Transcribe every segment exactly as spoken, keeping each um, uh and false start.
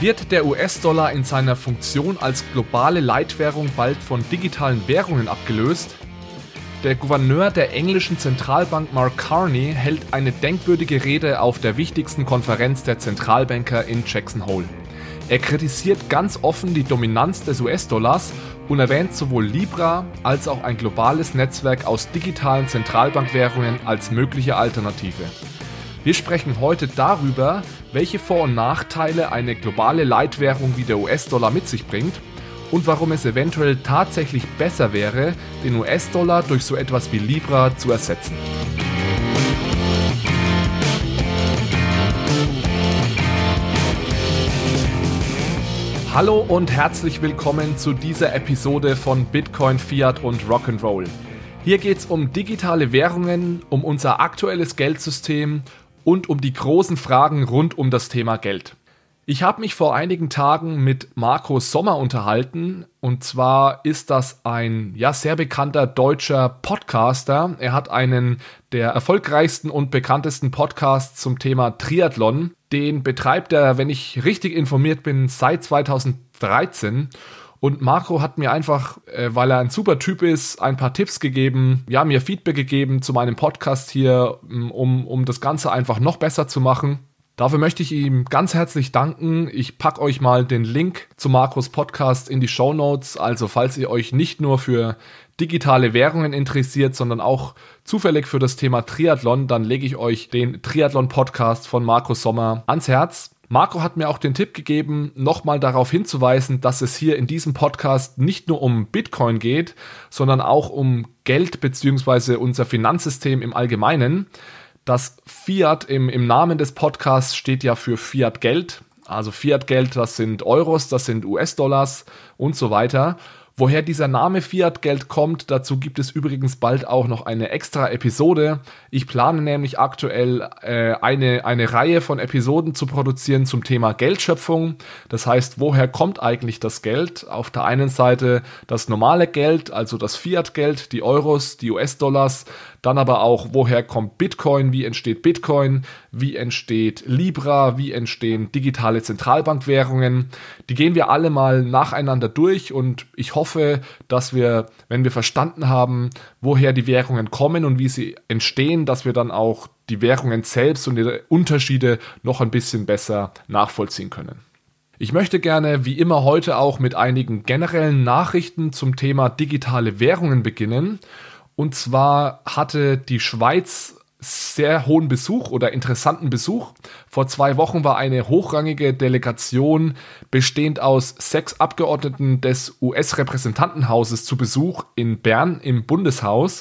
Wird der U S-Dollar in seiner Funktion als globale Leitwährung bald von digitalen Währungen abgelöst? Der Gouverneur der englischen Zentralbank Mark Carney hält eine denkwürdige Rede auf der wichtigsten Konferenz der Zentralbanker in Jackson Hole. Er kritisiert ganz offen die Dominanz des U S-Dollars und erwähnt sowohl Libra als auch ein globales Netzwerk aus digitalen Zentralbankwährungen als mögliche Alternative. Wir sprechen heute darüber, welche Vor- und Nachteile eine globale Leitwährung wie der U S-Dollar mit sich bringt und warum es eventuell tatsächlich besser wäre, den U S-Dollar durch so etwas wie Libra zu ersetzen. Hallo und herzlich willkommen zu dieser Episode von Bitcoin, Fiat und Rock'n'Roll. Hier geht es um digitale Währungen, um unser aktuelles Geldsystem und um die großen Fragen rund um das Thema Geld. Ich habe mich vor einigen Tagen mit Marco Sommer unterhalten, und zwar ist das ein ja, sehr bekannter deutscher Podcaster. Er hat einen der erfolgreichsten und bekanntesten Podcasts zum Thema Triathlon. Den betreibt er, wenn ich richtig informiert bin, seit zweitausenddreizehn. Und Marco hat mir einfach, äh, weil er ein super Typ ist, ein paar Tipps gegeben, ja, mir Feedback gegeben zu meinem Podcast hier, um, um das Ganze einfach noch besser zu machen. Dafür möchte ich ihm ganz herzlich danken. Ich packe euch mal den Link zu Marcos Podcast in die Shownotes. Also falls ihr euch nicht nur für digitale Währungen interessiert, sondern auch zufällig für das Thema Triathlon, dann lege ich euch den Triathlon-Podcast von Marco Sommer ans Herz. Marco hat mir auch den Tipp gegeben, nochmal darauf hinzuweisen, dass es hier in diesem Podcast nicht nur um Bitcoin geht, sondern auch um Geld bzw. unser Finanzsystem im Allgemeinen. Das Fiat im, im Namen des Podcasts steht ja für Fiat-Geld. Also Fiat-Geld, das sind Euros, das sind U S-Dollars und so weiter. Woher dieser Name Fiat-Geld kommt, dazu gibt es übrigens bald auch noch eine extra Episode. Ich plane nämlich aktuell äh, eine, eine Reihe von Episoden zu produzieren zum Thema Geldschöpfung. Das heißt, woher kommt eigentlich das Geld? Auf der einen Seite das normale Geld, also das Fiat-Geld, die Euros, die U S-Dollars. Dann aber auch, woher kommt Bitcoin, wie entsteht Bitcoin, wie entsteht Libra, wie entstehen digitale Zentralbankwährungen. Die gehen wir alle mal nacheinander durch und ich hoffe, dass wir, wenn wir verstanden haben, woher die Währungen kommen und wie sie entstehen, dass wir dann auch die Währungen selbst und die Unterschiede noch ein bisschen besser nachvollziehen können. Ich möchte gerne, wie immer heute, auch mit einigen generellen Nachrichten zum Thema digitale Währungen beginnen. Und zwar hatte die Schweiz sehr hohen Besuch oder interessanten Besuch. Vor zwei Wochen war eine hochrangige Delegation bestehend aus sechs Abgeordneten des U S-Repräsentantenhauses zu Besuch in Bern im Bundeshaus.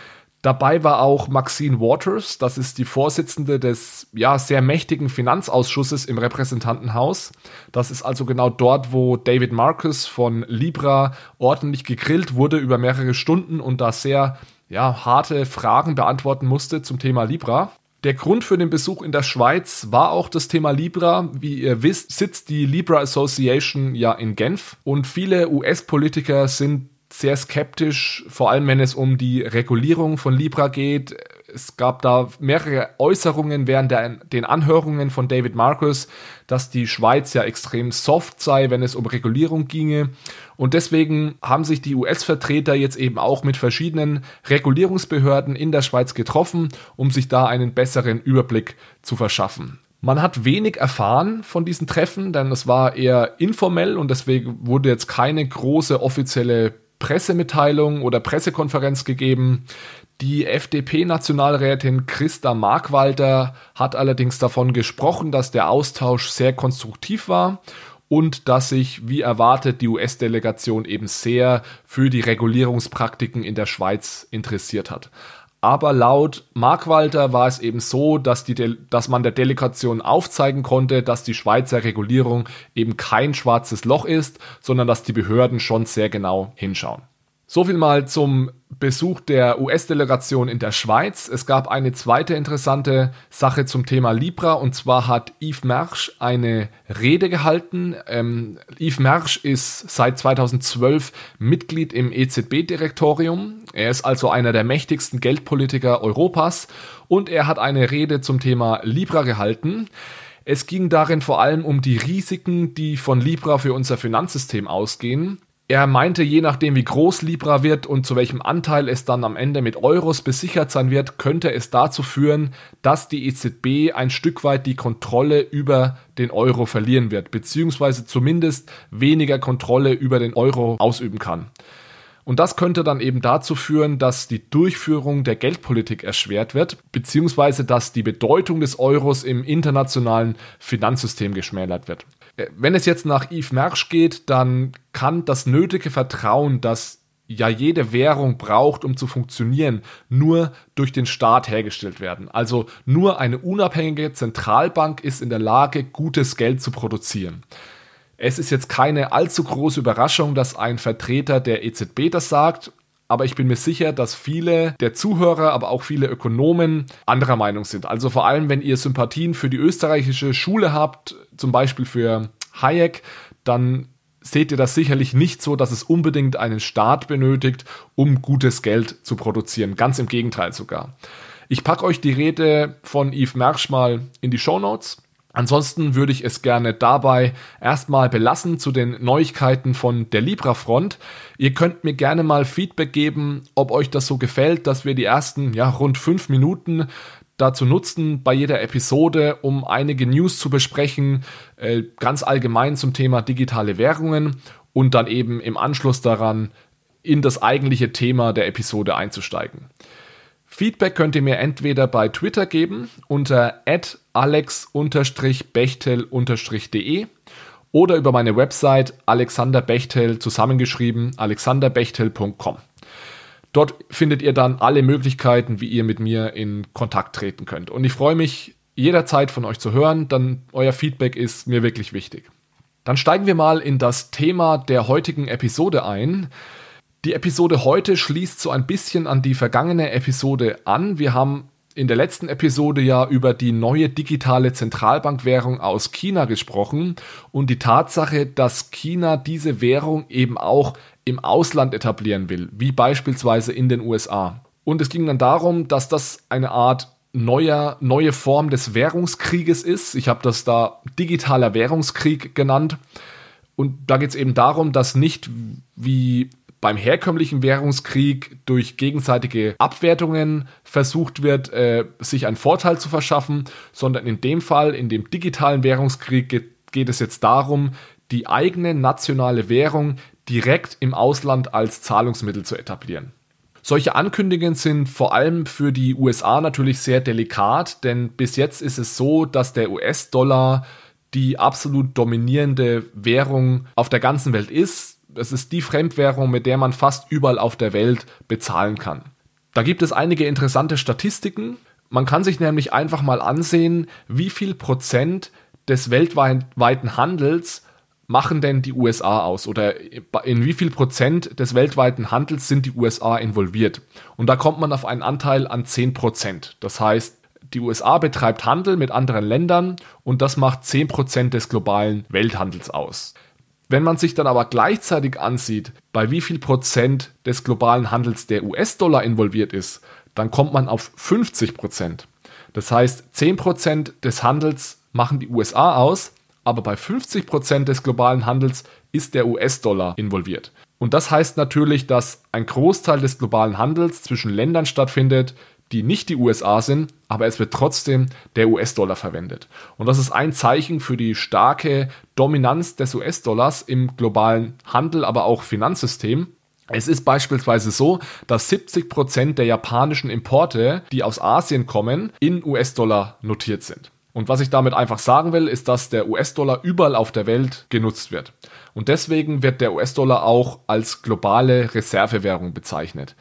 Dabei war auch Maxine Waters, das ist die Vorsitzende des ja sehr mächtigen Finanzausschusses im Repräsentantenhaus. Das ist also genau dort, wo David Marcus von Libra ordentlich gegrillt wurde über mehrere Stunden und da sehr ja, harte Fragen beantworten musste zum Thema Libra. Der Grund für den Besuch in der Schweiz war auch das Thema Libra. Wie ihr wisst, sitzt die Libra Association ja in Genf und viele U S-Politiker sind sehr skeptisch, vor allem wenn es um die Regulierung von Libra geht. Es gab da mehrere Äußerungen während der, den Anhörungen von David Marcus, dass die Schweiz ja extrem soft sei, wenn es um Regulierung ginge. Und deswegen haben sich die U S-Vertreter jetzt eben auch mit verschiedenen Regulierungsbehörden in der Schweiz getroffen, um sich da einen besseren Überblick zu verschaffen. Man hat wenig erfahren von diesen Treffen, denn es war eher informell und deswegen wurde jetzt keine große offizielle Pressemitteilung oder Pressekonferenz gegeben. Die F D P-Nationalrätin Christa Markwalter hat allerdings davon gesprochen, dass der Austausch sehr konstruktiv war und dass sich, wie erwartet, die U S-Delegation eben sehr für die Regulierungspraktiken in der Schweiz interessiert hat. Aber laut Markwalter war es eben so, dass, die De- dass man der Delegation aufzeigen konnte, dass die Schweizer Regulierung eben kein schwarzes Loch ist, sondern dass die Behörden schon sehr genau hinschauen. So viel mal zum Besuch der U S-Delegation in der Schweiz. Es gab eine zweite interessante Sache zum Thema Libra, und zwar hat Yves Mersch eine Rede gehalten. Ähm, Yves Mersch ist seit zweitausendzwölf Mitglied im E Z B-Direktorium. Er ist also einer der mächtigsten Geldpolitiker Europas und er hat eine Rede zum Thema Libra gehalten. Es ging darin vor allem um die Risiken, die von Libra für unser Finanzsystem ausgehen. Er meinte, je nachdem wie groß Libra wird und zu welchem Anteil es dann am Ende mit Euros besichert sein wird, könnte es dazu führen, dass die E Z B ein Stück weit die Kontrolle über den Euro verlieren wird, beziehungsweise zumindest weniger Kontrolle über den Euro ausüben kann. Und das könnte dann eben dazu führen, dass die Durchführung der Geldpolitik erschwert wird, beziehungsweise dass die Bedeutung des Euros im internationalen Finanzsystem geschmälert wird. Wenn es jetzt nach Yves Mersch geht, dann kann das nötige Vertrauen, das ja jede Währung braucht, um zu funktionieren, nur durch den Staat hergestellt werden. Also nur eine unabhängige Zentralbank ist in der Lage, gutes Geld zu produzieren. Es ist jetzt keine allzu große Überraschung, dass ein Vertreter der E Z B das sagt, aber ich bin mir sicher, dass viele der Zuhörer, aber auch viele Ökonomen anderer Meinung sind. Also vor allem, wenn ihr Sympathien für die österreichische Schule habt, zum Beispiel für Hayek, dann seht ihr das sicherlich nicht so, dass es unbedingt einen Staat benötigt, um gutes Geld zu produzieren. Ganz im Gegenteil sogar. Ich packe euch die Rede von Yves Mersch mal in die Shownotes. Ansonsten würde ich es gerne dabei erstmal belassen zu den Neuigkeiten von der Libra-Front. Ihr könnt mir gerne mal Feedback geben, ob euch das so gefällt, dass wir die ersten ja, rund fünf Minuten dazu nutzen, bei jeder Episode, um einige News zu besprechen, äh, ganz allgemein zum Thema digitale Währungen und dann eben im Anschluss daran in das eigentliche Thema der Episode einzusteigen. Feedback könnt ihr mir entweder bei Twitter geben unter at alex bechtel de oder über meine Website Alexander Bechtel zusammengeschrieben alexander bechtel punkt com. Dort findet ihr dann alle Möglichkeiten, wie ihr mit mir in Kontakt treten könnt. Und ich freue mich jederzeit von euch zu hören, denn euer Feedback ist mir wirklich wichtig. Dann steigen wir mal in das Thema der heutigen Episode ein. Die Episode heute schließt so ein bisschen an die vergangene Episode an. Wir haben in der letzten Episode ja über die neue digitale Zentralbankwährung aus China gesprochen und die Tatsache, dass China diese Währung eben auch im Ausland etablieren will, wie beispielsweise in den U S A. Und es ging dann darum, dass das eine Art neuer, neue Form des Währungskrieges ist. Ich habe das da digitaler Währungskrieg genannt. Und da geht es eben darum, dass nicht wie beim herkömmlichen Währungskrieg durch gegenseitige Abwertungen versucht wird, äh, sich einen Vorteil zu verschaffen, sondern in dem Fall, in dem digitalen Währungskrieg, geht, geht es jetzt darum, die eigene nationale Währung direkt im Ausland als Zahlungsmittel zu etablieren. Solche Ankündigungen sind vor allem für die U S A natürlich sehr delikat, denn bis jetzt ist es so, dass der U S-Dollar die absolut dominierende Währung auf der ganzen Welt ist. Es ist die Fremdwährung, mit der man fast überall auf der Welt bezahlen kann. Da gibt es einige interessante Statistiken. Man kann sich nämlich einfach mal ansehen, wie viel Prozent des weltweiten Handels machen denn die U S A aus oder in wie viel Prozent des weltweiten Handels sind die U S A involviert. Und da kommt man auf einen Anteil an zehn Prozent. Das heißt, die U S A betreibt Handel mit anderen Ländern und das macht zehn Prozent des globalen Welthandels aus. Wenn man sich dann aber gleichzeitig ansieht, bei wie viel Prozent des globalen Handels der U S-Dollar involviert ist, dann kommt man auf fünfzig Prozent. Das heißt, zehn Prozent des Handels machen die U S A aus, aber bei fünfzig Prozent des globalen Handels ist der U S-Dollar involviert. Und das heißt natürlich, dass ein Großteil des globalen Handels zwischen Ländern stattfindet, die nicht die U S A sind, aber es wird trotzdem der U S-Dollar verwendet. Und das ist ein Zeichen für die starke Dominanz des U S-Dollars im globalen Handel, aber auch Finanzsystem. Es ist beispielsweise so, dass siebzig Prozent der japanischen Importe, die aus Asien kommen, in U S-Dollar notiert sind. Und was ich damit einfach sagen will, ist, dass der U S-Dollar überall auf der Welt genutzt wird. Und deswegen wird der U S-Dollar auch als globale Reservewährung bezeichnet.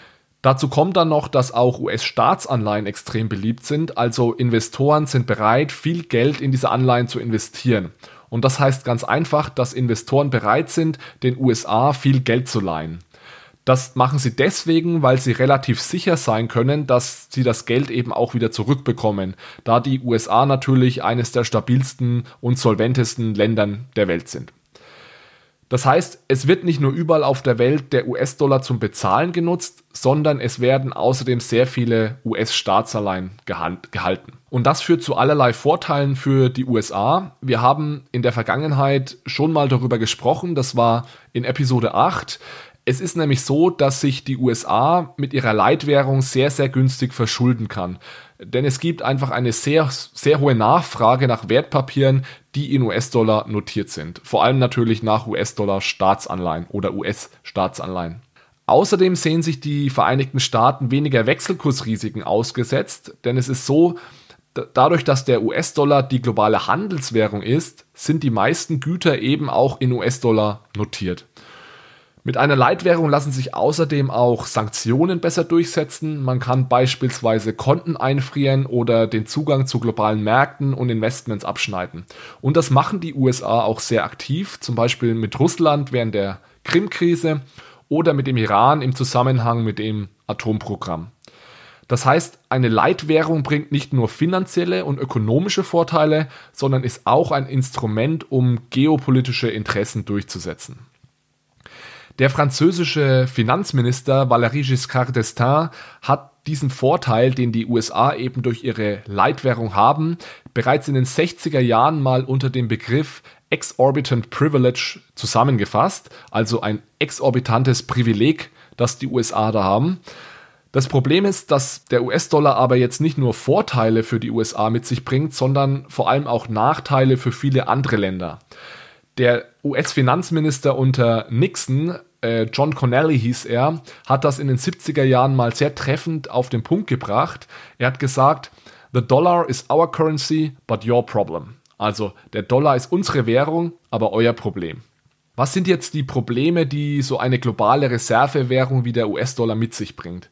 Dazu kommt dann noch, dass auch U S-Staatsanleihen extrem beliebt sind, also Investoren sind bereit, viel Geld in diese Anleihen zu investieren. Und das heißt ganz einfach, dass Investoren bereit sind, den U S A viel Geld zu leihen. Das machen sie deswegen, weil sie relativ sicher sein können, dass sie das Geld eben auch wieder zurückbekommen, da die U S A natürlich eines der stabilsten und solventesten Ländern der Welt sind. Das heißt, es wird nicht nur überall auf der Welt der U S-Dollar zum Bezahlen genutzt, sondern es werden außerdem sehr viele U S-Staatsanleihen gehalten. Und das führt zu allerlei Vorteilen für die U S A. Wir haben in der Vergangenheit schon mal darüber gesprochen, das war in Episode acht. Es ist nämlich so, dass sich die U S A mit ihrer Leitwährung sehr, sehr günstig verschulden kann. Denn es gibt einfach eine sehr, sehr hohe Nachfrage nach Wertpapieren, die in U S-Dollar notiert sind. Vor allem natürlich nach U S-Dollar-Staatsanleihen oder U S-Staatsanleihen. Außerdem sehen sich die Vereinigten Staaten weniger Wechselkursrisiken ausgesetzt, denn es ist so, dadurch, dass der U S-Dollar die globale Handelswährung ist, sind die meisten Güter eben auch in U S-Dollar notiert. Mit einer Leitwährung lassen sich außerdem auch Sanktionen besser durchsetzen. Man kann beispielsweise Konten einfrieren oder den Zugang zu globalen Märkten und Investments abschneiden. Und das machen die U S A auch sehr aktiv, zum Beispiel mit Russland während der Krim-Krise oder mit dem Iran im Zusammenhang mit dem Atomprogramm. Das heißt, eine Leitwährung bringt nicht nur finanzielle und ökonomische Vorteile, sondern ist auch ein Instrument, um geopolitische Interessen durchzusetzen. Der französische Finanzminister Valéry Giscard d'Estaing hat diesen Vorteil, den die U S A eben durch ihre Leitwährung haben, bereits in den sechziger Jahren mal unter dem Begriff Exorbitant Privilege zusammengefasst, also ein exorbitantes Privileg, das die U S A da haben. Das Problem ist, dass der U S-Dollar aber jetzt nicht nur Vorteile für die U S A mit sich bringt, sondern vor allem auch Nachteile für viele andere Länder. Der U S-Finanzminister unter Nixon, äh, John Connally hieß er, hat das in den siebziger Jahren mal sehr treffend auf den Punkt gebracht. Er hat gesagt, "The dollar is our currency, but your problem." Also der Dollar ist unsere Währung, aber euer Problem. Was sind jetzt die Probleme, die so eine globale Reservewährung wie der U S-Dollar mit sich bringt?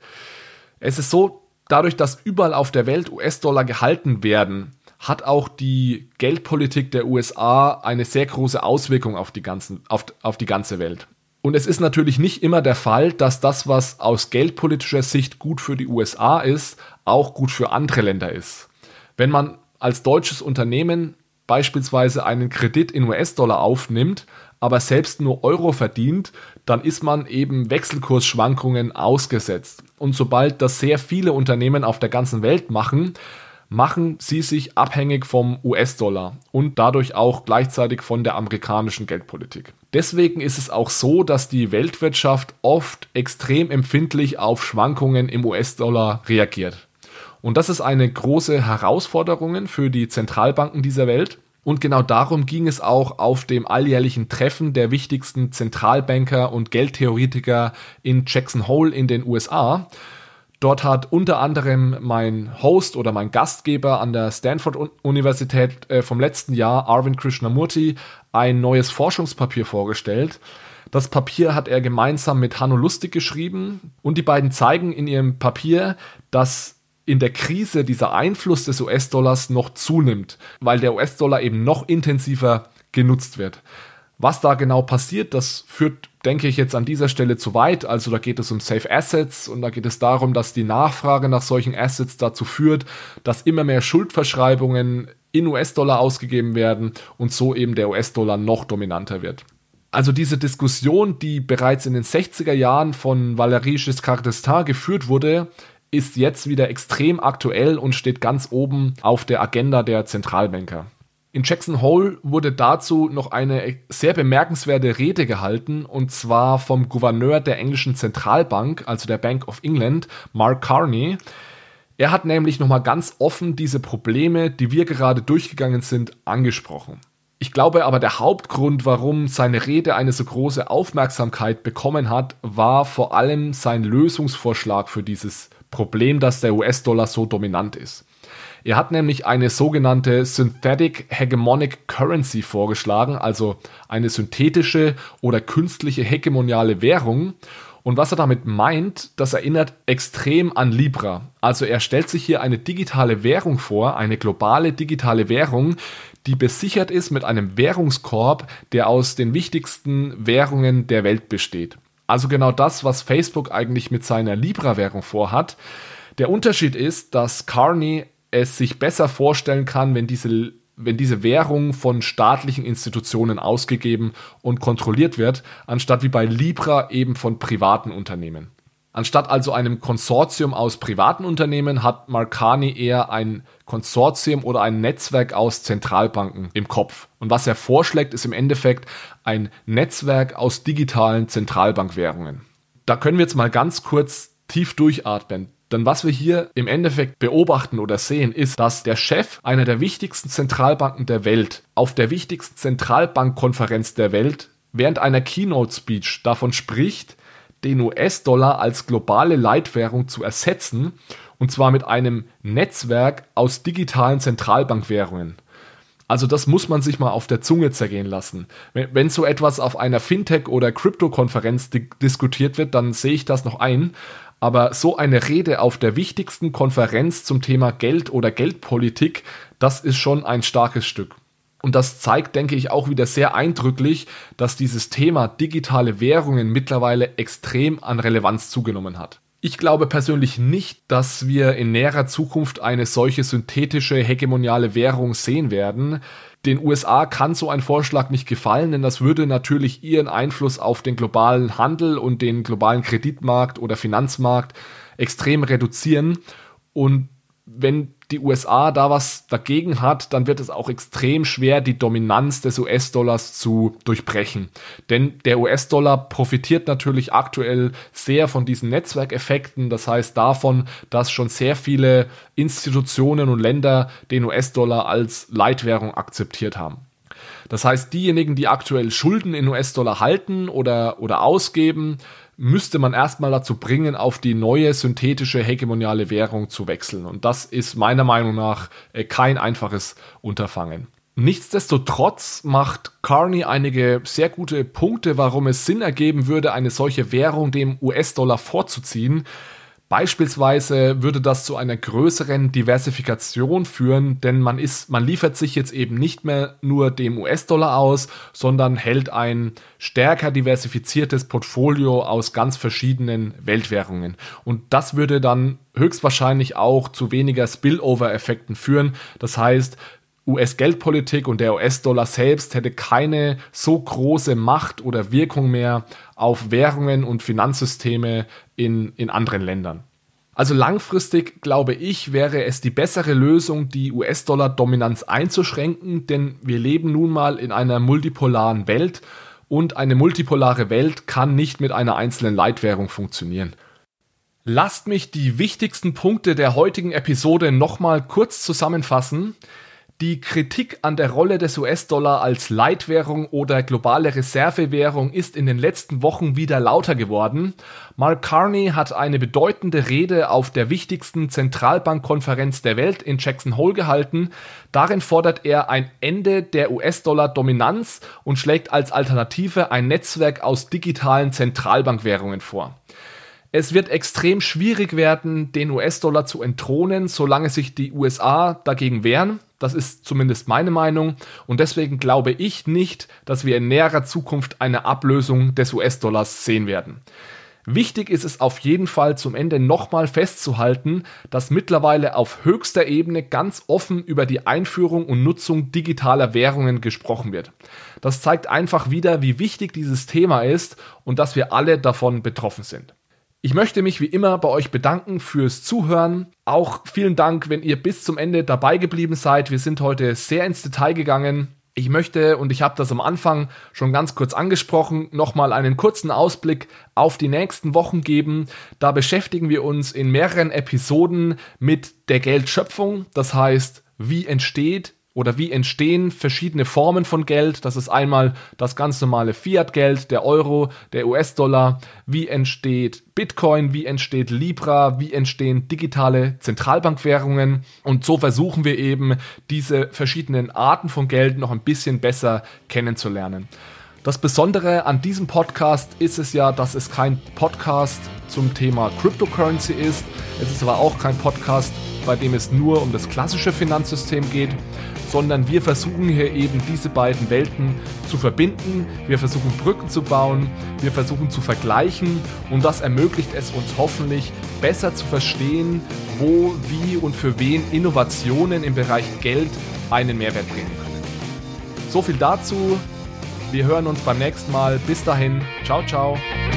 Es ist so, dadurch, dass überall auf der Welt U S-Dollar gehalten werden, hat auch die Geldpolitik der U S A eine sehr große Auswirkung auf die, ganzen, auf, auf die ganze Welt. Und es ist natürlich nicht immer der Fall, dass das, was aus geldpolitischer Sicht gut für die U S A ist, auch gut für andere Länder ist. Wenn man als deutsches Unternehmen beispielsweise einen Kredit in U S-Dollar aufnimmt, aber selbst nur Euro verdient, dann ist man eben Wechselkursschwankungen ausgesetzt. Und sobald das sehr viele Unternehmen auf der ganzen Welt machen, machen sie sich abhängig vom U S-Dollar und dadurch auch gleichzeitig von der amerikanischen Geldpolitik. Deswegen ist es auch so, dass die Weltwirtschaft oft extrem empfindlich auf Schwankungen im U S-Dollar reagiert. Und das ist eine große Herausforderung für die Zentralbanken dieser Welt. Und genau darum ging es auch auf dem alljährlichen Treffen der wichtigsten Zentralbanker und Geldtheoretiker in Jackson Hole in den U S A. Dort hat unter anderem mein Host oder mein Gastgeber an der Stanford-Universität äh, vom letzten Jahr, Arvind Krishnamurti, ein neues Forschungspapier vorgestellt. Das Papier hat er gemeinsam mit Hanno Lustig geschrieben und die beiden zeigen in ihrem Papier, dass in der Krise dieser Einfluss des U S-Dollars noch zunimmt, weil der U S-Dollar eben noch intensiver genutzt wird. Was da genau passiert, das führt, denke ich, jetzt an dieser Stelle zu weit. Also da geht es um Safe Assets und da geht es darum, dass die Nachfrage nach solchen Assets dazu führt, dass immer mehr Schuldverschreibungen in U S-Dollar ausgegeben werden und so eben der U S-Dollar noch dominanter wird. Also diese Diskussion, die bereits in den sechziger Jahren von Valéry Giscard d'Estaing geführt wurde, ist jetzt wieder extrem aktuell und steht ganz oben auf der Agenda der Zentralbanker. In Jackson Hole wurde dazu noch eine sehr bemerkenswerte Rede gehalten, und zwar vom Gouverneur der englischen Zentralbank, also der Bank of England, Mark Carney. Er hat nämlich nochmal ganz offen diese Probleme, die wir gerade durchgegangen sind, angesprochen. Ich glaube aber, der Hauptgrund, warum seine Rede eine so große Aufmerksamkeit bekommen hat, war vor allem sein Lösungsvorschlag für dieses Problem, dass der U S-Dollar so dominant ist. Er hat nämlich eine sogenannte Synthetic Hegemonic Currency vorgeschlagen, also eine synthetische oder künstliche hegemoniale Währung. Und was er damit meint, das erinnert extrem an Libra. Also er stellt sich hier eine digitale Währung vor, eine globale digitale Währung, die besichert ist mit einem Währungskorb, der aus den wichtigsten Währungen der Welt besteht. Also genau das, was Facebook eigentlich mit seiner Libra-Währung vorhat. Der Unterschied ist, dass Carney es sich besser vorstellen kann, wenn diese wenn diese Währung von staatlichen Institutionen ausgegeben und kontrolliert wird, anstatt wie bei Libra eben von privaten Unternehmen. Anstatt also einem Konsortium aus privaten Unternehmen hat Mark Carney eher ein Konsortium oder ein Netzwerk aus Zentralbanken im Kopf. Und was er vorschlägt, ist im Endeffekt ein Netzwerk aus digitalen Zentralbankwährungen. Da können wir jetzt mal ganz kurz tief durchatmen. Denn was wir hier im Endeffekt beobachten oder sehen, ist, dass der Chef einer der wichtigsten Zentralbanken der Welt auf der wichtigsten Zentralbankkonferenz der Welt während einer Keynote-Speech davon spricht, den U S-Dollar als globale Leitwährung zu ersetzen, und zwar mit einem Netzwerk aus digitalen Zentralbankwährungen. Also das muss man sich mal auf der Zunge zergehen lassen. Wenn, wenn so etwas auf einer Fintech- oder Krypto-Konferenz di- diskutiert wird, dann sehe ich das noch ein. Aber so eine Rede auf der wichtigsten Konferenz zum Thema Geld oder Geldpolitik, das ist schon ein starkes Stück. Und das zeigt, denke ich, auch wieder sehr eindrücklich, dass dieses Thema digitale Währungen mittlerweile extrem an Relevanz zugenommen hat. Ich glaube persönlich nicht, dass wir in näherer Zukunft eine solche synthetische hegemoniale Währung sehen werden. Den U S A kann so ein Vorschlag nicht gefallen, denn das würde natürlich ihren Einfluss auf den globalen Handel und den globalen Kreditmarkt oder Finanzmarkt extrem reduzieren. Und wenn die U S A da was dagegen hat, dann wird es auch extrem schwer, die Dominanz des U S-Dollars zu durchbrechen. Denn der U S-Dollar profitiert natürlich aktuell sehr von diesen Netzwerkeffekten, das heißt davon, dass schon sehr viele Institutionen und Länder den U S-Dollar als Leitwährung akzeptiert haben. Das heißt, diejenigen, die aktuell Schulden in U S-Dollar halten oder, oder ausgeben, müsste man erstmal dazu bringen, auf die neue synthetische hegemoniale Währung zu wechseln. Und das ist meiner Meinung nach kein einfaches Unterfangen. Nichtsdestotrotz macht Carney einige sehr gute Punkte, warum es Sinn ergeben würde, eine solche Währung dem U S-Dollar vorzuziehen. Beispielsweise würde das zu einer größeren Diversifikation führen, denn man ist, man liefert sich jetzt eben nicht mehr nur dem U S-Dollar aus, sondern hält ein stärker diversifiziertes Portfolio aus ganz verschiedenen Weltwährungen. Und das würde dann höchstwahrscheinlich auch zu weniger Spillover-Effekten führen. Das heißt, U S-Geldpolitik und der U S-Dollar selbst hätte keine so große Macht oder Wirkung mehr auf Währungen und Finanzsysteme in, in anderen Ländern. Also langfristig, glaube ich, wäre es die bessere Lösung, die U S-Dollar-Dominanz einzuschränken, denn wir leben nun mal in einer multipolaren Welt und eine multipolare Welt kann nicht mit einer einzelnen Leitwährung funktionieren. Lasst mich die wichtigsten Punkte der heutigen Episode nochmal kurz zusammenfassen. Die Kritik an der Rolle des U S-Dollar als Leitwährung oder globale Reservewährung ist in den letzten Wochen wieder lauter geworden. Mark Carney hat eine bedeutende Rede auf der wichtigsten Zentralbankkonferenz der Welt in Jackson Hole gehalten. Darin fordert er ein Ende der U S-Dollar-Dominanz und schlägt als Alternative ein Netzwerk aus digitalen Zentralbankwährungen vor. Es wird extrem schwierig werden, den U S-Dollar zu entthronen, solange sich die U S A dagegen wehren. Das ist zumindest meine Meinung und deswegen glaube ich nicht, dass wir in näherer Zukunft eine Ablösung des U S-Dollars sehen werden. Wichtig ist es auf jeden Fall zum Ende nochmal festzuhalten, dass mittlerweile auf höchster Ebene ganz offen über die Einführung und Nutzung digitaler Währungen gesprochen wird. Das zeigt einfach wieder, wie wichtig dieses Thema ist und dass wir alle davon betroffen sind. Ich möchte mich wie immer bei euch bedanken fürs Zuhören. Auch vielen Dank, wenn ihr bis zum Ende dabei geblieben seid. Wir sind heute sehr ins Detail gegangen. Ich möchte, und ich habe das am Anfang schon ganz kurz angesprochen, nochmal einen kurzen Ausblick auf die nächsten Wochen geben. Da beschäftigen wir uns in mehreren Episoden mit der Geldschöpfung. Das heißt, wie entsteht oder wie entstehen verschiedene Formen von Geld. Das ist einmal das ganz normale Fiat-Geld, der Euro, der U S-Dollar. Wie entsteht Bitcoin, wie entsteht Libra, wie entstehen digitale Zentralbankwährungen. Und so versuchen wir eben, diese verschiedenen Arten von Geld noch ein bisschen besser kennenzulernen. Das Besondere an diesem Podcast ist es ja, dass es kein Podcast zum Thema Cryptocurrency ist. Es ist aber auch kein Podcast bei dem es nur um das klassische Finanzsystem geht, sondern wir versuchen hier eben diese beiden Welten zu verbinden, wir versuchen Brücken zu bauen, wir versuchen zu vergleichen und das ermöglicht es uns hoffentlich besser zu verstehen, wo, wie und für wen Innovationen im Bereich Geld einen Mehrwert bringen können. So viel dazu, wir hören uns beim nächsten Mal, bis dahin, ciao ciao.